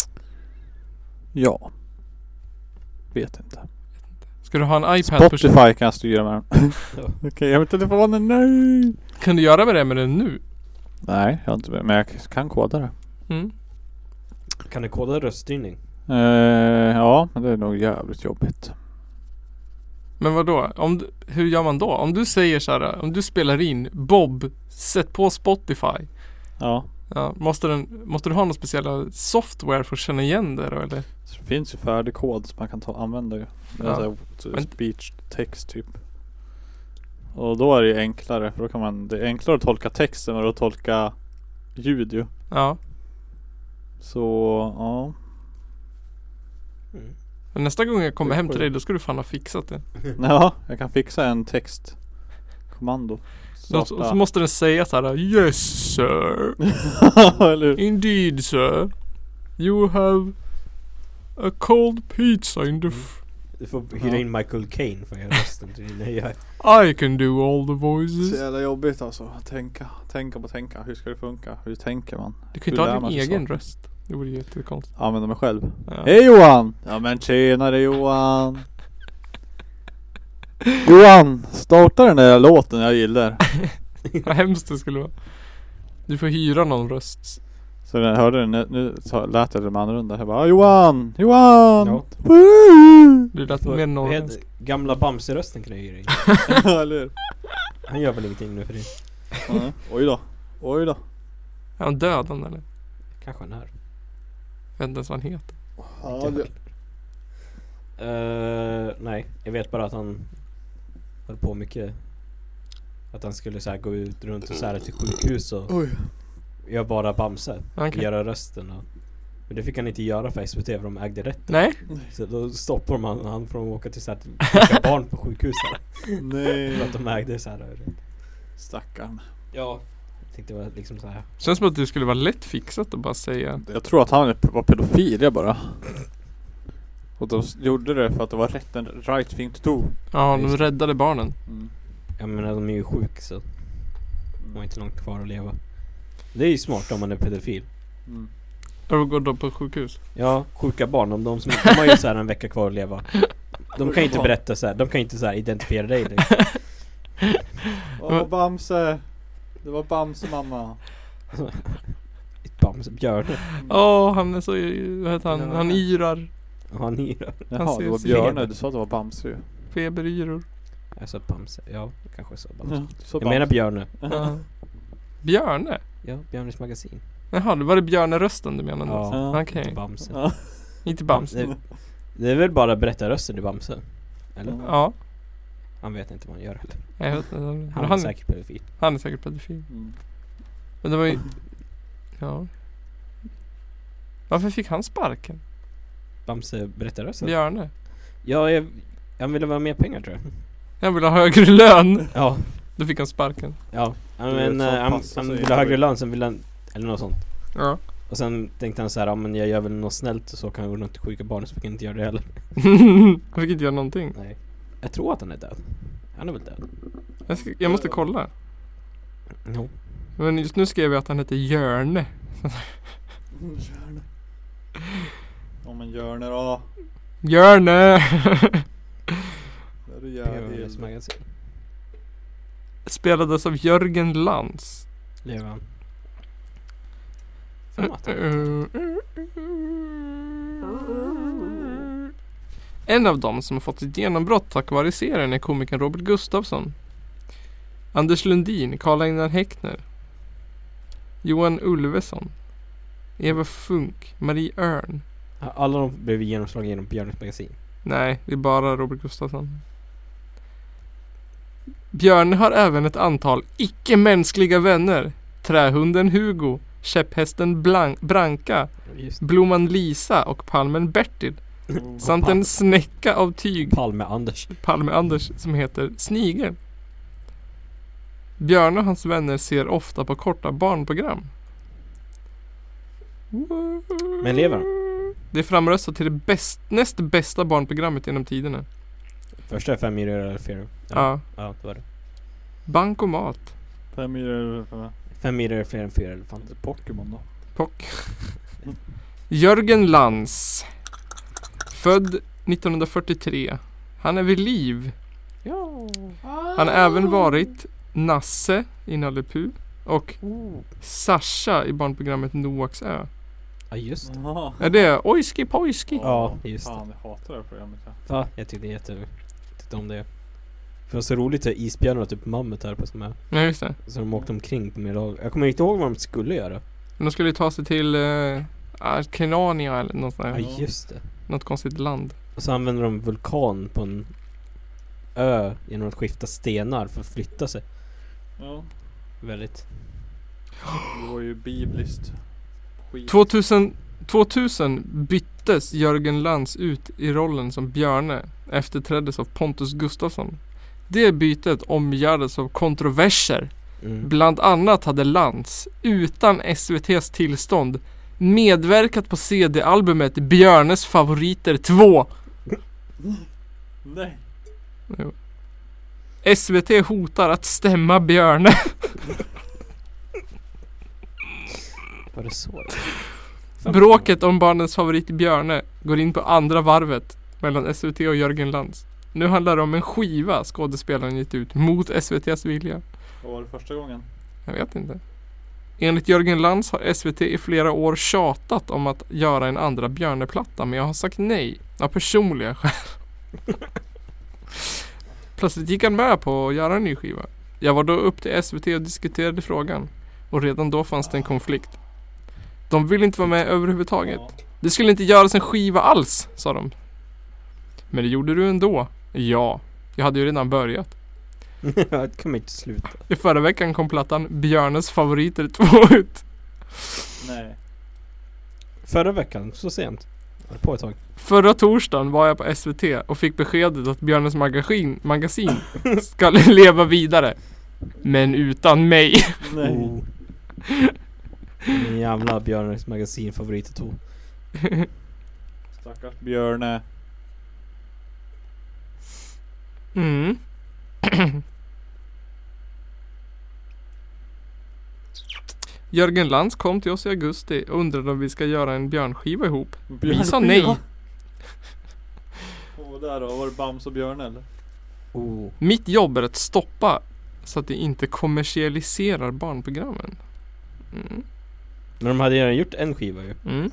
Ja. Vet inte. Ska du ha en iPad på Spotify kan jag styra med den. Ja. Okej, jag vill telefonen, nej! Kan du göra med det med den nu? Nej, jag har inte, men jag kan koda det. Mm. Kan du koda röststyrning? Eh, ja, men det är nog jävligt jobbigt. Men vad då? Om du, hur gör man då? Om du säger så här, om du spelar in Bob, sätt på Spotify. Ja. Ja, måste, den, måste du ha någon speciella software för att känna igen det då eller? Så det finns ju färdig kod som man kan ta, använda ju. Det är Ja. så här, så Men- speech text typ. Och då är det ju enklare, för då kan man, det är enklare att tolka texten än att tolka ljud ju. Ja. Så ja. Mm. Men nästa gång jag kommer hem till dig då ska du fan ha fixat det. Ja, jag kan fixa en textkommando. Då, så, så måste den säga så här: yes sir, Eller hur? indeed sir, you have a cold pizza in the f- Du får hyra in Michael Caine för att göra rösten till dina jag. I can do all the Så voices. jävla jobbigt alltså. Tänka, tänka på tänka. Hur ska det funka? Hur tänker man? Du kan ju Hur ta lär din man sig egen saker? röst. Det vore jättekonstigt. Använda mig själv. Ja. Hej Johan! Ja men tjenare Johan! Johan! Starta den där låten jag gillar. Vad hemskt det skulle vara. Du får hyra någon röst Så när jag hörde det, nu, nu så lät det de andra runda. Jag bara, Johan! Johan! Ja. Woo! Du lät För- mer vad norrländsk. heter- Gamla Bamse-rösten kan jag ge dig. Ja, eller hur? Han gör väl ingenting nu för det. Ja. Oj då. Oj då. Är han död han, eller? Kanske han är. Jag vet inte ens vad han heter. Ja, det. Uh, nej, jag vet bara att han höll på mycket. Att han skulle så här gå ut runt och så här till sjukhus och Oj. göra bara Bamse. Okej. Göra rösten och, men det fick han inte göra för S V T för de ägde rätten. Nej? Så då stoppade de han, han från att åka till så här till åka barn på sjukhus här. Nej. För att de ägde så här. Stackarn. Ja. Jag tänkte det var liksom så här. Känns som att det skulle vara lätt fixat att bara säga. Jag tror att han var pedofil jag bara. Och de s- gjorde det för att det var rätt en right thing to do. Ja, de Just. räddade barnen. Mm. Jag menar de är ju sjuk så de har inte långt kvar att leva. Det är ju smart om man är pedofil. Mm. Och går då på sjukhus. Ja, sjuka barn, om de, som, de har ju så här en vecka kvar att leva. De kan ju inte berätta så här, de kan ju inte så här identifiera dig. Liksom. Åh, Bamse. Det var Bamse, mamma. Ett Bamse, Björne. Åh, oh, han är så, vad heter han? Ja. Han yrar. Han yrar. Jaha, ser det var så Björne. feber. Du sa att det var Bamse ju. Feberyror. Jag sa Bamse, ja, kanske så Bamse. Ja, du sa Jag menar Björne. Ja. Björne? Ja, Björnes magasin. Jaha, det var det Björne-rösten du menade? Ja, Ja. Okej. inte Bamse. Ja. Inte Bamse. Det, det är väl bara berättarrösten i Bamse? Eller? Ja. Han vet inte vad han gör heller. Jag vet inte. Han, Han, är han, säkert pedofil. han är säkert pedofil. Mm. Men det var ju... Ja. Varför fick han sparken? Bamse berättarrösten? Björne? Ja, jag, jag ville vara mer pengar tror jag. Jag vill ha högre lön. Ja, Då fick han sparken. ja. Ja, Du men vet, eh, sånt han, passar han sig ville ha högre inte. lön, sen ville han, eller något sånt. Ja. Och sen tänkte han så här, ja men jag gör väl något snällt och så kan jag gå runt till sjuka barn, så fick han inte göra det heller. Han fick inte göra någonting. Nej. Jag tror att han är död. Han är väl död? Jag, ska, jag måste kolla. Jo. Men just nu skrev jag att han heter Jörne. Hjörne. Ja men Hjörne då. Jörne! Där är du Björnes jävligt. magasin. Spelades av Jörgen Lantz. Lever han? Fan att han- En av dem som har fått sitt genombrott tack vare serien är komikern Robert Gustafsson. Anders Lundin, Karl-Einar Häckner, Johan Ulveson, Eva Funk, Marie Örn. Alla de blev genomslag genom Björnes magasin. Nej, det är bara Robert Gustafsson. Björne har även ett antal icke-mänskliga vänner. Trähunden Hugo, käpphästen Blank, Branka, Just Blomman Lisa och palmen Bertil. Samt en snäcka av tyg, Palme Anders. Palme Anders, som heter Snigel. Björne och hans vänner ser ofta på korta barnprogram. Men lever han? Det är framröstat till det bäst, näst bästa barnprogrammet genom tiderna. Första är fem myror eller fyra. Ja. Ja, det var det. Bankomat. Fem myror för Fem myror är fler än fyra elefanter. Pokémon då. Pock. Jörgen Lantz. Född nittonhundrafyrtiotre. Han är vid liv. Ja. Han har även varit Nasse i Nalle Puh och Sasha i barnprogrammet Noaks ö. Ja, just det. Jaha. Är det Ojski Pojski? Ja, just det. Fan, jag hatar det här programmet. Ja. Ja, jag tyckte det är jätte... Tyckte om det. För det var så roligt att isbjörnar och typ mammut här på som är. Ja, just det. Så de åkte omkring på Medelhavet. Jag kommer inte ihåg vad de skulle göra. Men de skulle ju ta sig till uh, Arkenania eller något, sånt Ja, där. just det. Något konstigt land. Och så använder de vulkan på en ö genom att skifta stenar för att flytta sig. Ja. Väldigt. Det var ju bibliskt. Skit. tvåtusen, tvåtusen byttes Jörgen Lantz ut i rollen som Björne, efterträddes av Pontus Gustafsson. Det bytet omgärdades av kontroverser. Mm. Bland annat hade Lantz, utan S V T:s tillstånd, medverkat på C D-albumet Björnes favoriter två. Nej. Jo. S V T hotar att stämma Björne. Var det så? Bråket om barnens favorit Björne går in på andra varvet mellan S V T och Jörgen Lantz. Nu handlar det om en skiva skådespelaren gett ut mot S V T:s vilja. Vad var det första gången? Jag vet inte. Enligt Jörgen Lantz har S V T i flera år tjatat om att göra en andra Björne-platta, men jag har sagt nej av personliga skäl. Plötsligt gick han med på att göra en ny skiva. Jag var då upp till S V T och diskuterade frågan. Och redan då fanns det en konflikt. De ville inte vara med överhuvudtaget. Det skulle inte göras en skiva alls, sa de. Men det gjorde du ändå. Ja, jag hade ju redan börjat. Det kommer inte sluta. I förra veckan kom plattan Björnes favoriter två ut. Nej. Förra veckan, så sent. Var det på ett tag. Förra torsdagen var jag på S V T och fick beskedet att Björnes magasin, magasin ska leva vidare. Men utan mig. Nej. Oh. Min jävla Björnes magasin favoriter två. Stackars Björne. Mm. Jörgen Lantz kom till oss i augusti och undrade om vi ska göra en björnskiva ihop. Vi sa nej. Och där då, var det Bams och Björn eller? Oh. Mitt jobb är att stoppa så att det inte kommersialiserar barnprogrammen. Mm. Men de hade redan gjort en skiva ju. Mm.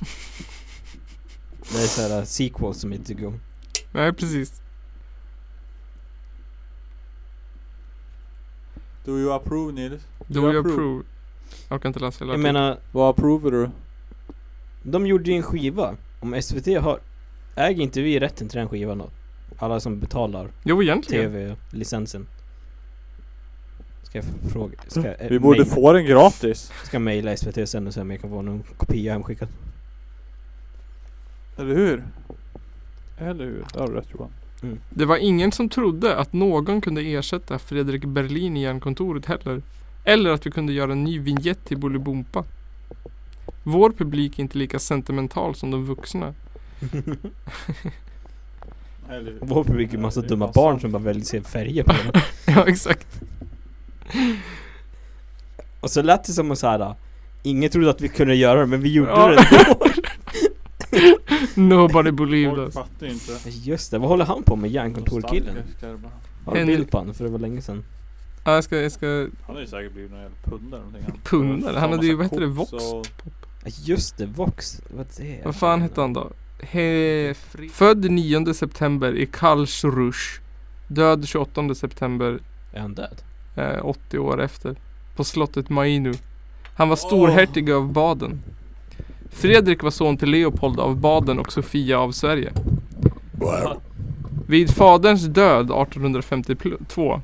Det är såhär sequel som inte går. Nej, precis. Do you approve, Nils? Do you approve? Jag kan inte läsa hela Jag tiden. menar, Vad approver du? de gjorde ju en skiva. Om S V T har, äger inte vi rätten till den skivan då? Alla som betalar Jo, egentligen. tv-licensen. Ska jag fråga? Ska jag, Vi borde mail, få den gratis. ska jag mejla S V T sen och se om jag kan få någon kopia hemskickad. Eller hur? Eller hur? Det har du rätt, Johan. Det var ingen som trodde att någon kunde ersätta Fredrik Berlin i Järnkontoret heller. Eller att vi kunde göra en ny vignett till Bolibompa. Vår publik är inte lika sentimental som de vuxna. Eller hur? Vår publik är en massa Det är dumma massa. barn som bara väljer se färger på den. Ja, exakt. Och så lät det som att såhär, ingen trodde att vi kunde göra det, men vi gjorde Ja. det ändå. Nobody believed Folk us. fattar ju inte. Just det, vad håller han på med, järnkontorkillen? Nostalgiska bara. Har du Henry- bild på han? För det var länge sedan. Ja, jag ska, jag ska... Han har ju säkert blivit någon jävla pundare eller någonting. Pundare? Han hade ju, vad heter det, Vox? Och... Ja, just det, Vox. Vad, det är Vad fan hette han då? He... Född nionde september i Karlsruhe. Död tjugoåttonde september, Är han död? eh, åttio år efter. På slottet Mainu. Han var storhertig av Baden. Fredrik var son till Leopold av Baden och Sofia av Sverige. Vid faderns död artonhundrafemtiotvå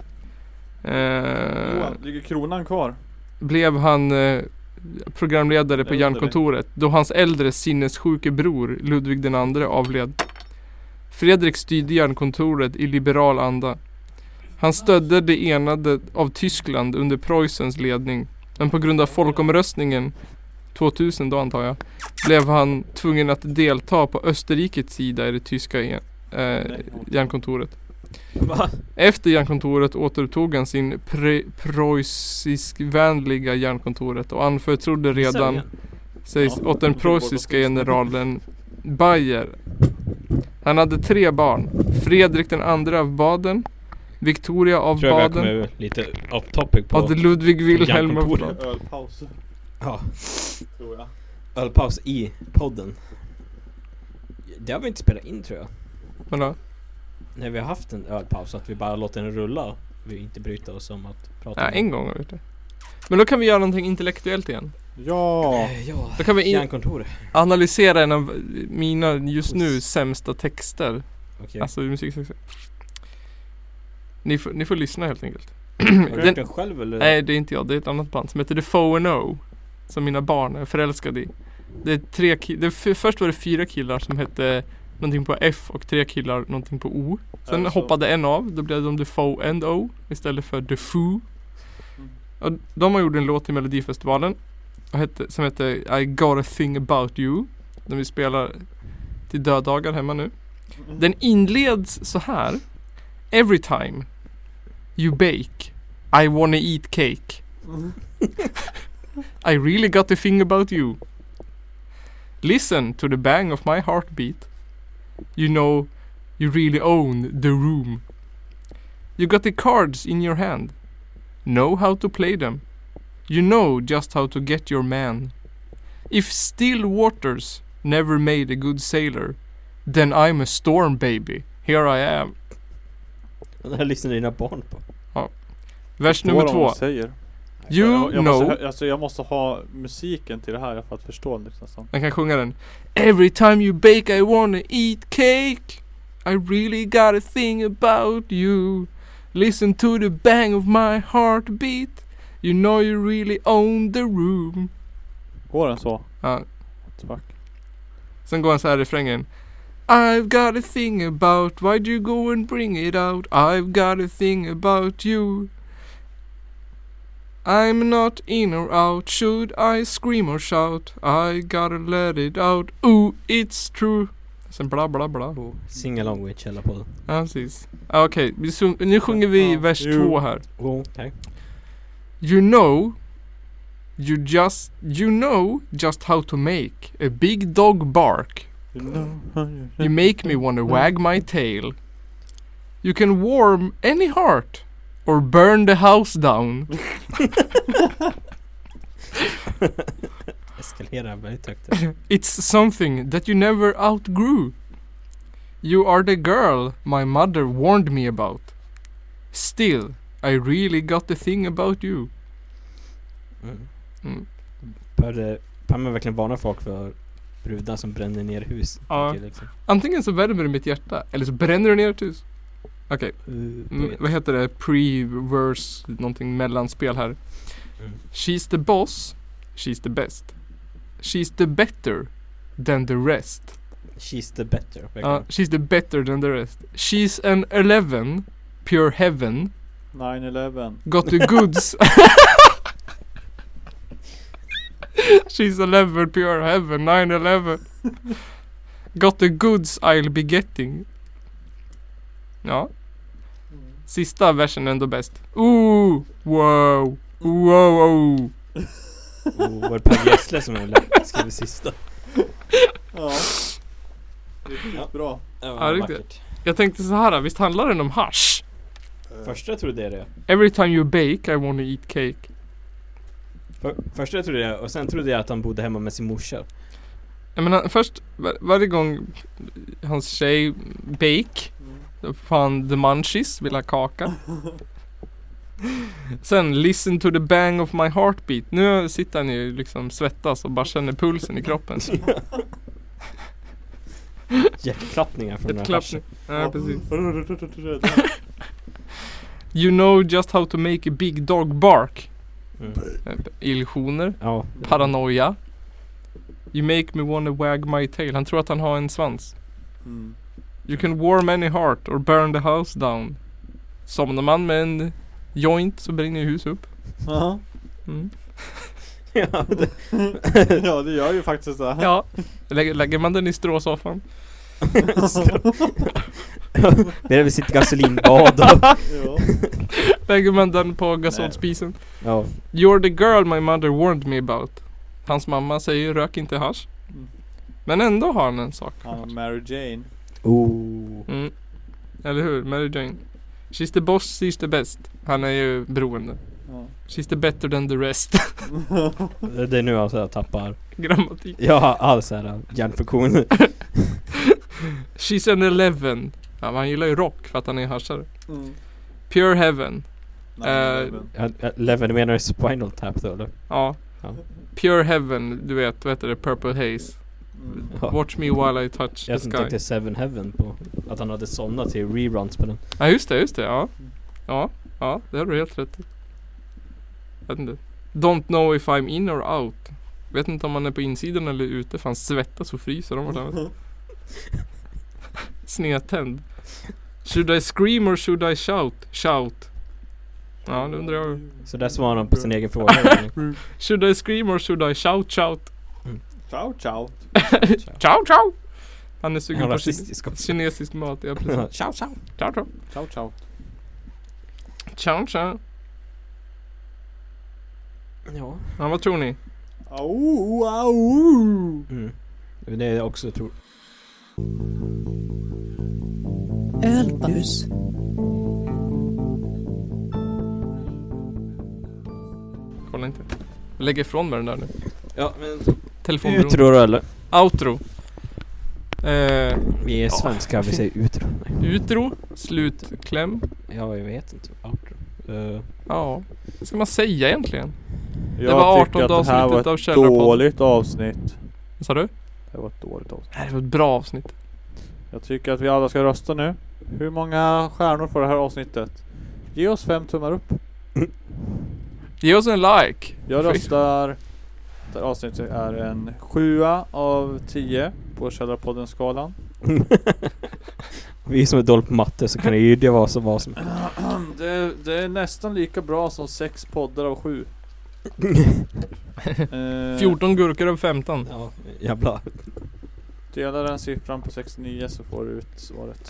eh, Johan, ligger kronan kvar? blev han eh, programledare på Äldre. Järnkontoret då hans äldre sinnessjuke bror Ludvig den andre avled. Fredrik styrde Järnkontoret i liberal anda. Han stödde det enade av Tyskland under Preussens ledning, men på grund av folkomröstningen tvåtusen då antar jag, blev han tvungen att delta på Österrikets sida i det tyska eh, Järnkontoret. Va? Efter Järnkontoret återupptog han sin pre- preussiskvänliga Järnkontoret och anförtrodde redan Sen sig Ja. åt den preussiska generalen Bayer. Han hade tre barn. Fredrik den andra av Baden, Victoria av tror jag vi har Baden kommit lite off topic på och Ludvig Wilhelm av Järnkontoret. Baden. Ölpaus, Ja, tror jag. ölpaus i podden. Det har vi inte spelat in tror jag. Men då, När vi har haft en ölpaus, att vi bara låter den rulla. Vi inte bryter oss om att prata ja, om en gång har vi gjort det. Men då kan vi göra någonting intellektuellt igen. Ja. Eh, ja, Då kan vi in- Järnkontoret. analysera en av mina just nu sämsta texter. Okej. Alltså musiktexter. Ni får, ni får lyssna helt enkelt. Har du Den, gjort den själv eller? nej, det är inte jag. Det är ett annat band som heter The Foe and O. Som mina barn är förälskade i. Det är tre ki- det är f- först var det fyra killar som hette någonting på F och tre killar någonting på O. Sen Är det så? hoppade en av. Då blev de The Foe and O istället för The Foo. Mm. Och de har gjort en låt till Melodifestivalen och hette, som heter I Got a Thing About You. Den vi spelar till döddagar hemma nu. Den inleds så här. Every time you bake I wanna eat cake. I really got a thing about you. Listen to the bang of my heartbeat. You know you really own the room. You got the cards in your hand. Know how to play them. You know just how to get your man. If still waters never made a good sailor, then I'm a storm baby. Here I am. Det här lyssnar dina barn på. Vers Förstår nummer de två. vad de säger. You jag, jag, know. måste, hö- alltså jag måste ha musiken till det här för att förstå det nästan. Man kan sjunga den. Every time you bake I wanna eat cake. I really got a thing about you. Listen to the bang of my heartbeat. You know you really own the room. Går den så? Ja. What the fuck? Sen går han så här i refrängen. I've got a thing about, why'd you go and bring it out? I've got a thing about you. I'm not in or out, should I scream or shout? I gotta let it out, ooh it's true. Sen bla bla bla. Oh, sing along with Källarpodden. Ja precis. Ah, Okej, vi sjung- nu sjunger vi Ja, vers jo. två här. Oh, okay. You know, you just, you know just how to make a big dog bark. You know, You make me wanna wag my tail. You can warm any heart or burn the house down. Eskalerar väldigt högt. It's something that you never outgrew. You are the girl my mother warned me about. Still, I really got the thing about you. Mm. Mm. Började Pamela verkligen varna folk för brudar som bränner ner hus? Ja. Okej, liksom. Antingen så värmer du mitt hjärta, eller så bränner du ner ett hus. Okej, Uh, mm, vad heter det? Pre-verse, någonting mellanspel här. Mm. She's the boss, she's the best. She's the better than the rest. She's the better. Ja, she's the better than the rest. She's an eleven, pure heaven. nine eleven. Got the goods. She's eleven, pure heaven, nine eleven. Got the goods I'll be getting. Ja. Sista versen är ändå bäst. Ooh, wow, wow, wow. Oh, var det Per Gessle som skrev sista? Ja. Riktigt Ja. bra. Ja, riktigt. Jag tänkte så här, visst handlar den om hasch? Första jag trodde det. Every time you bake I wanna eat cake. För, första jag trodde det, och sen trodde jag att han bodde hemma med sin morsa. Jag menar, först var, varje gång hans tjej bake, då får han the munchies, vill ha kaka. Sen listen to the bang of my heartbeat. Nu sitter han ju liksom svettas och bara känner pulsen i kroppen. Hjärtklappningar från den här Klappning. farsen. Ja, precis. You know just how to make a big dog bark. Mm. Illusioner, Ja. paranoia. You make me wanna wag my tail. Han tror att han har en svans. Mm. You can warm any heart or burn the house down. Somnar man med en joint så brinner ju hus upp. Ja. Mm. Ja, det, Ja, det gör ju faktiskt det. Ja, lägger, lägger man den i stråsoffan. det är väl sitt gasolinbad och, Ja. Lägger man den på gasolspisen. ja. You're the girl my mother warned me about. Hans mamma säger rök inte hasch. Mm. Men ändå har han en sak. Han och Mary Jane. Oh. Mm. Eller hur? Mary Jane. She's the boss, she's the best. Han är ju beroende. Ja. She's the better than the rest. Det det är nu alltså jag tappar. Grammatik. Jag har all så här hjärnfunktion. She's an eleven. Ja, men han gillar ju rock för att han är haschare. Mm. Pure heaven. nine eleven. Leven menar du Spinal Tap då eller? Ja. Ja. Pure heaven, du vet, vad heter det? Purple haze. Mm. Ja. Watch me while I touch Jag the tänkte sky. Seven Heaven på att han hade somnat till reruns på den. Ja, just det, just det, ja. Ja, ja, det har du helt rätt i. Vet inte. Don't know if I'm in or out. Vet inte om man är på insidan eller ute, för han svettas och fryser om vartannat. Snedtänd. Should I scream or should I shout? Shout. Ja, det undrar jag. Så där svarar han på sin egen fråga. Should I scream or should I shout? Shout. Ciao, ciao. Ciao, ciao. Han är sugen Han på är kin- rasistisk också. kinesisk mat. Ja, precis. Ciao, ciao. Ciao, ciao. Ciao, ciao. Ciao, ciao. Ja. Ja, vad tror ni? Au, au. Mm. Det är jag också tror. Ölpaus. kolla inte. Jag lägger ifrån mig den där nu. Ja, men... Telefonbron. Utro då, eller? Outro. Eh, Vi är svenska, vi säger utro. Nej. utro. Slutkläm. Ja, jag vet inte. Outro. Uh, Ja. Vad ska man säga egentligen? Jag var tycker artonde att det här avsnittet var av ett Källarpodden. dåligt avsnitt. Vad sa du? Det var ett dåligt avsnitt. Det här var ett bra avsnitt. Jag tycker att vi alla ska rösta nu. Hur många stjärnor får det här avsnittet? Ge oss fem tummar upp. Ge oss en like. Jag röstar. Det här avsnittet är en sjua av tio på Källarpodden-skalan. Vi som är dåliga på matte så kan det ju det vara så vad som det, det är nästan lika bra som sex poddar av sju. eh, fjorton gurkor av femton. Ja, jävlar. Dela den siffran på sextionio så får du ut svaret.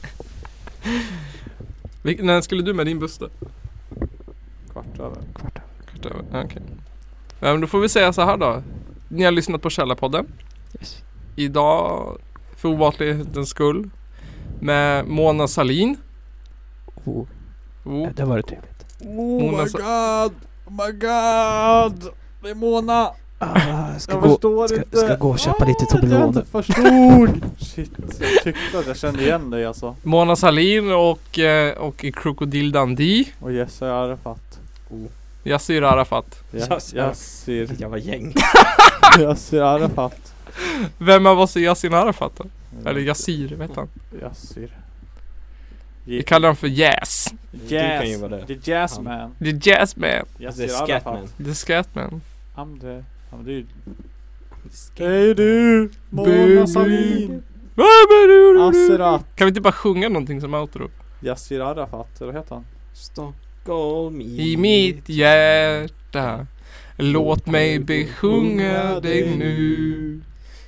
Vil- när skulle du med din buss då? Kvart över. Kvart över. Kvart över. Okej. Okay. Ja, men då får vi säga så här då. Ni har lyssnat på Källarpodden. Yes. Idag för ovanlighetens skull med Mona Salin. Oh. Oh. Det var det trevligt. Oh Mona my sa- god! Oh my god! Det är Mona! Ah, jag ska, Jag gå, förstår ska, inte. ska gå och köpa lite Jag Toblerone. inte förstod! Shit, jag tyckte att jag kände igen dig alltså. Mona Salin och, eh, och i Krokodil Dundee. Och Yasser Arafat. Yassir Arafat. Yes, Yassir. Jag var gäng. Yassir Arafat. Vem av oss är Yassir Arafat då? Eller Yassir, vet han. Yassir. Vi kallar honom för Jazz. Du kan ju vara det. The Jazzman. The Jazzman. The Yassir Scatman. Arafat. The Scatman. I'm the... I'm the... Hej du! Mona Baby. Salin! Asserat. Kan vi inte bara sjunga någonting som outro? Yassir Arafat, eller vad heter han? Stockholm I mitt hjärta. Låt mig besjunga dig nu.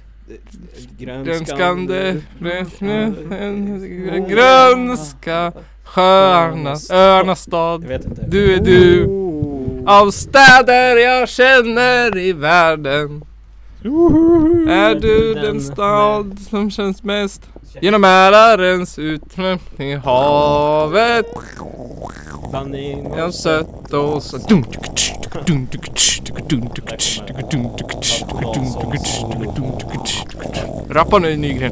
Grönskande grönska stjärnas öarnas stad. Jag vet inte. Du är du av städer jag känner i världen. Är du den stad som känns mest genom Mälarens utflöpning i havet? Jag sött och så Rappa nu Nygren.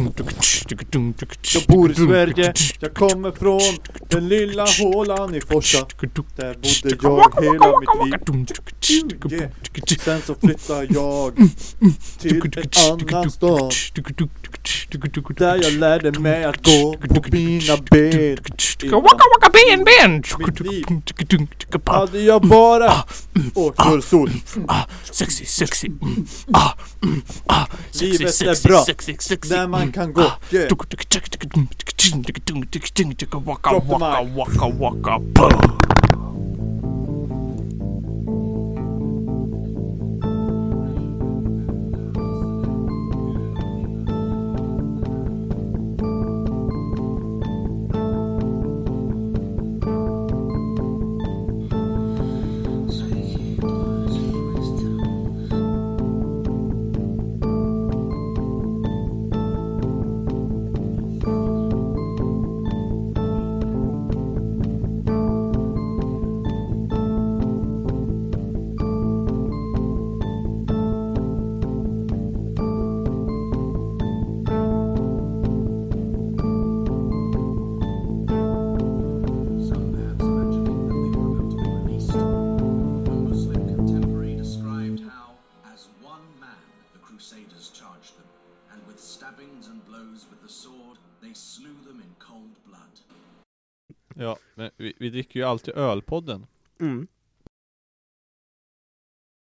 Jag bor i Sverige, jag kommer från den lilla hålan i Forsa. Där bodde jag hela mitt liv. Yeah. Sen så flyttade jag till en annan stad. Där jag lärde mig att gå på mina ben. Waka waka ben ben. Mitt liv hade jag bara åkt rullstol. Sexy sexy. Ah ah Livet är bra när man kan gå. Yeah. Waka waka waka waka. Ja, men vi, vi dricker ju alltid ölpodden. Mm.